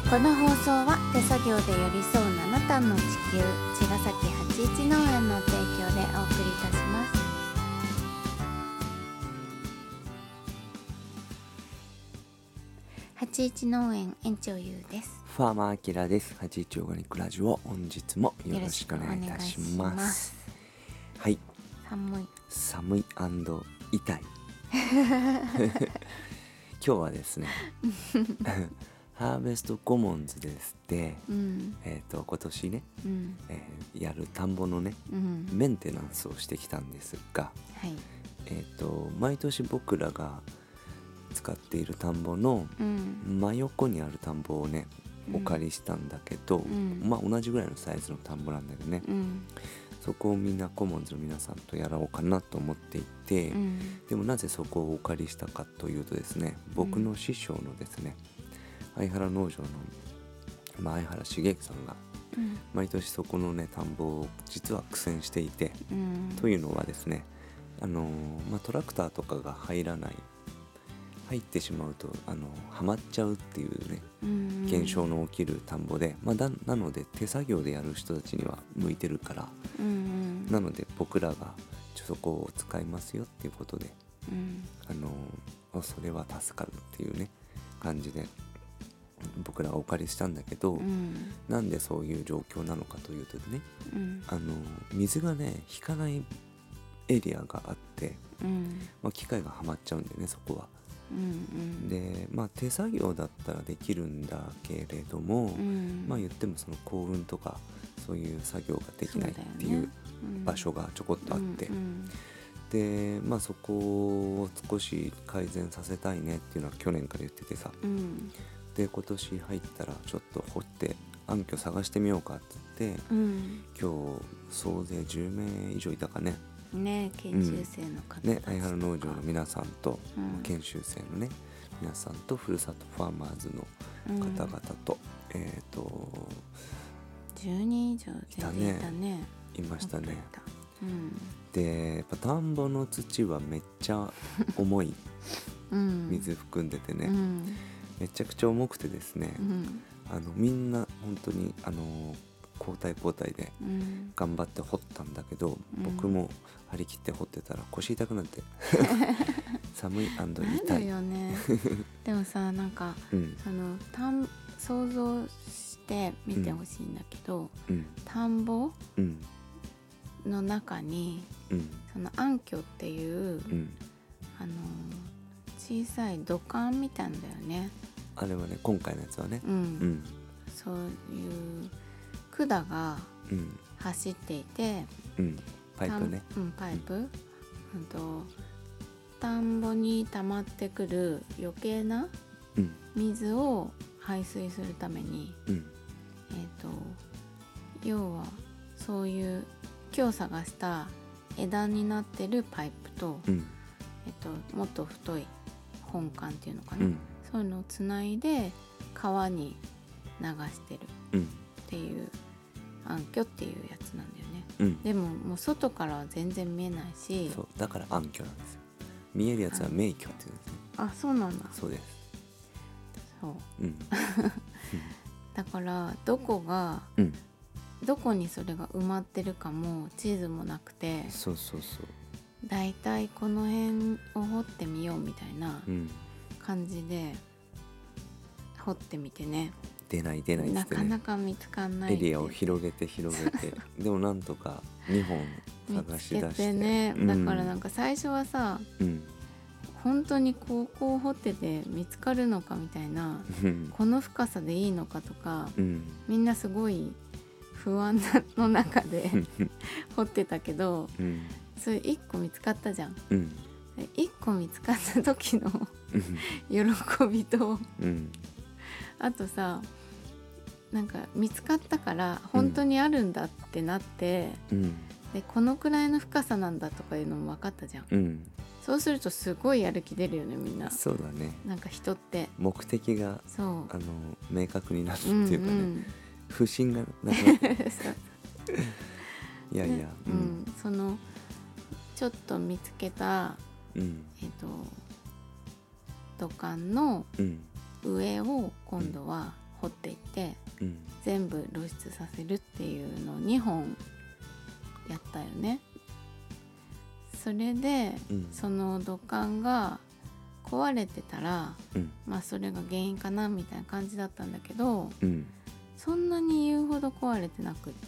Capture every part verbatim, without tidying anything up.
この放送は手作業で寄り添う七段の地球茅ヶ崎八一農園の提供でお送りいたします。八一農園園長ゆうです。 ファーマーアキラです。八一オーガニックラジオ、本日もよろしくお願いいたします。ますはい。 寒い。 寒い&痛い。今日はですね。ハーベストコモンズですって、うん、えーと今年ね、うんえー、やる田んぼのね、うん、メンテナンスをしてきたんですが、はいえーと毎年僕らが使っている田んぼの真横にある田んぼをね、うん、お借りしたんだけど、うん、まあ同じぐらいのサイズの田んぼなんだけどね、うん、そこをみんなコモンズの皆さんとやろうかなと思っていて、うん、でもなぜそこをお借りしたかというとですね、僕の師匠のですね、相原農場の、まあ、相原茂之さんが毎年そこのね田んぼを実は苦戦していて、うん、というのはですね、あのーまあ、トラクターとかが入らない入ってしまうとあのはまっちゃうっていうね、うん、現象の起きる田んぼで、まあ、だなので手作業でやる人たちには向いてるから、うん、なので僕らがちょそこを使いますよっていうことで、うん、あのー、それは助かるっていうね感じで僕らはお借りしたんだけど、うん、なんでそういう状況なのかというとね、うん、あの水がね引かないエリアがあって、うんまあ、機械がはまっちゃうんだよねそこは、うんうん、で、まあ、手作業だったらできるんだけれども、うん、まあ言ってもその幸運とかそういう作業ができないっていう場所がちょこっとあって、うんうんでまあ、そこを少し改善させたいねっていうのは去年から言っててさ、うんで今年入ったらちょっと掘って暗渠探してみようかって言って、うん、今日総勢じゅうめい以上いたかねね研修生の方たちとか、うん、ね相原農場の皆さんと、うん、研修生のね皆さんとふるさとファーマーズの方々と、うん、えっ、ー、とじゅうにん以上全然いたねいましたね、うん、でやっぱ田んぼの土はめっちゃ重い、うん、水含んでてね、うんめちゃくちゃ重くてですね、うん、あのみんな本当にあの交代交代で頑張って掘ったんだけど、うん、僕も張り切って掘ってたら腰痛くなって寒い&痛いよねでもさなんか、うん、その田ん想像して見てほしいんだけど、うん、田んぼの中に、うん、その暗渠っていう、うん、あの小さい土管みたいなんだよねあれはね今回のやつはね、うんうん、 そういう管が走っていて、うん、 パイプね、 うん、パイプ、うん、と田んぼに溜まってくる余計な水を排水するために、うん、えーと、要はそういう今日探した枝になってるパイプと、うんえーと、もっと太い本管っていうのかな、うんそういうのをつないで川に流してるっていう暗渠っていうやつなんだよね、うん、でももう外からは全然見えないしそうだから暗渠なんですよ見えるやつは明渠っていうんですねあそうなんだそうですそう、うん、だからどこが、うん、どこにそれが埋まってるかも地図もなくてそうそうそうだいたいこの辺を掘ってみようみたいな、うん感じで掘ってみてね出ない出ないっつってねなかなか見つかんないエリアを広げて広げてでもなんとかにほん探し出して見つけてね、うん、だからなんか最初はさ、うん、本当にここを掘ってて見つかるのかみたいな、うん、この深さでいいのかとか、うん、みんなすごい不安の中で掘ってたけど、うん、それいっこ見つかったじゃん、うんいっこ見つかった時の喜びと、うん、あとさなんか見つかったから本当にあるんだってなって、うん、でこのくらいの深さなんだとかいうのも分かったじゃん、うん、そうするとすごいやる気出るよねみんなそうだねなんか人って目的がそうあの明確になるっていうかね、うんうん、不審がなくなっていやいや、ねうんうん、そのちょっと見つけたうんえーと、土管の上を今度は掘掘っていって、 うん、 全部露出させるっていうのをにほんやったよね。それで、うん、その土管が壊れてたら、うん、まあそれが原因かなみたいな感じだったんだけど、うん、そんなに言うほど壊れてなくって、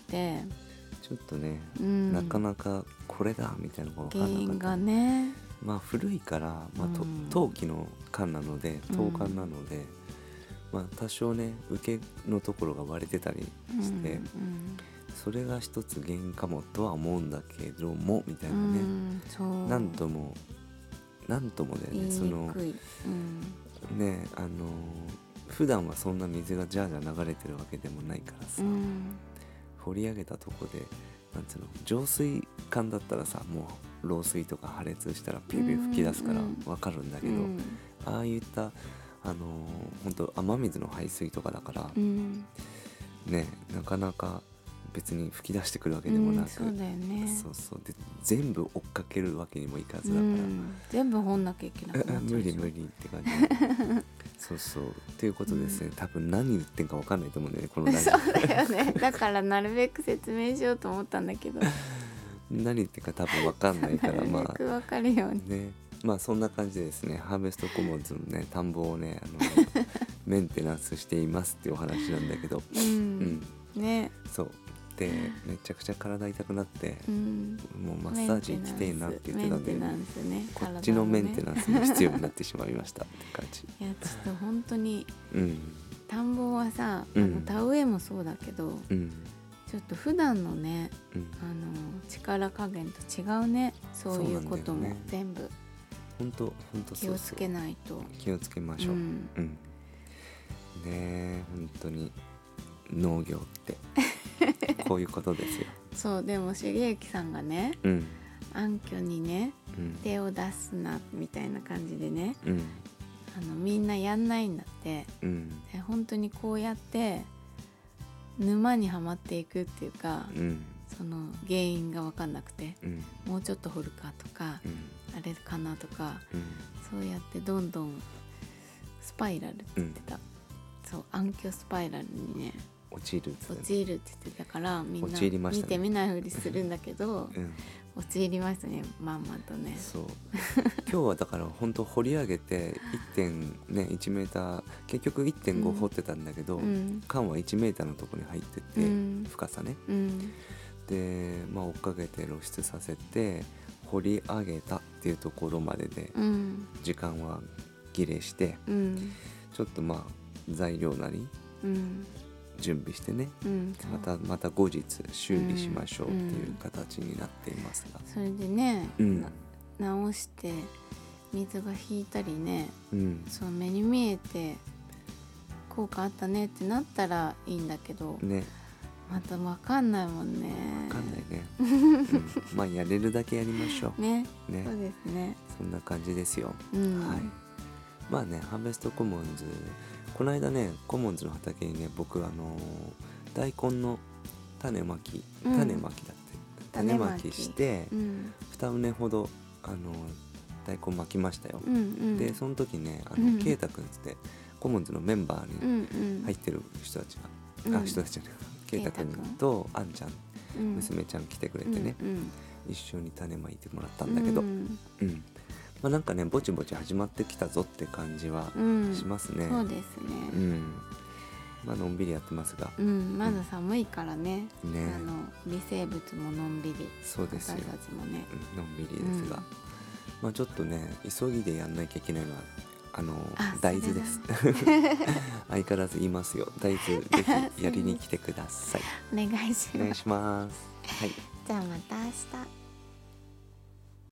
ちょっとね、うん、なかなかこれだみたいなのが分からなかった。 原因がね、 まあ古いから、まあ、と陶器の管なので陶管なので、うん、まあ多少ね受けのところが割れてたりして、うんうん、それが一つ原因かもとは思うんだけどもみたいなね、うん、そうなんともなんともだよね、その、うん、ねあの普段はそんな水がジャージャー流れてるわけでもないからさ、うん、掘り上げたとこでなんつうの浄水管だったらさもう漏水とか破裂したらピューピュー吹き出すから分かるんだけど、うん、ああいったあの本当雨水の排水とかだから、うん、ねなかなか別に吹き出してくるわけでもなく、うん、 そうだよね、 そうそうで全部追っかけるわけにもいかずだから、うん、 全部掘んなきゃいけなくなっちゃう無理無理って感じそうそうということですね、うん、多分何言ってんか分かんないと思うんだよねこのラジオそうだよね、だからなるべく説明しようと思ったんだけど何言ってんか多分分かんないからまあなるべく分かるようにね、まあそんな感じでですね、ハーベストコモンズのね田んぼをねあのメンテナンスしていますっていうお話なんだけど、うん、 うん、ね、 そうでめちゃくちゃ体痛くなって、うん、もうマッサージ行きてえなって言ってたんで、ね、こっちのメンテナンスも必要になってしまいましたって感じ。 いやちょっと本当に、うん、田んぼはさ、あの田植えもそうだけど、うん、ちょっと普段のね、うん、あの力加減と違うね、そういうことも全部本当本当気をつけないと気をつけましょう、うんうん、ねえ本当に農業ってこういうことですよそうでも重幸さんがね、うん、暗渠にね、うん、手を出すなみたいな感じでね、うん、あのみんなやんないんだって、うん、で本当にこうやって沼にはまっていくっていうか、うん、その原因が分かんなくて、うん、もうちょっと掘るかとか、うん、あれかなとか、うん、そうやってどんどんスパイラルって言ってた、うん、そう暗渠スパイラルにね陥る陥るって言ってたからみんな見て見ないふりするんだけど、うん、陥りましたねまんまとね。 そう今日はだから本当掘り上げて いってんいちメーター結局 いってんご 掘ってたんだけど、うん、管はいちメーターのところに入ってて、うん、深さね、うん、で、まあ、追っかけて露出させて掘り上げたっていうところまでで、うん、時間は儀礼して、うん、ちょっとまあ材料なり、うん準備してね、うん、またまた後日修理しましょうっていう形になっていますが、 それでね、うん、直して水が引いたりね、うん、そう目に見えて効果あったねってなったらいいんだけど、ね、また分かんないもんね。 分かんないね、うん、まあやれるだけやりましょうね。ね、そうですね。 そんな感じですよ、うん、はい。まあねハーベストコモンズこの間ねコモンズの畑にね僕あのー、大根の種まき種まきだって、うん、種まきして、うん、に畝ほどあのー、大根まきましたよ、うんうん、でその時ねあの、うん、ケイタくんつってコモンズのメンバーに入ってる人たちが、うんうん、あ人たちじゃないケイタくんとあんちゃん、うん、娘ちゃん来てくれてね、うんうん、一緒に種まいてもらったんだけど、うんうんまあ、なんかねぼちぼち始まってきたぞって感じはしますね、 うん、そうですね、 うんまあのんびりやってますが、 うん、まだ寒いからね、うん、ねあの微生物ものんびりそうですよ私たちもね、 うん、のんびりですが、うん、まあちょっとね急ぎでやんなきゃいけないのはあのあ大豆です相変わらず言いますよ大豆ぜひやりに来てくださいお願いしますお願いしますはいじゃあまた明日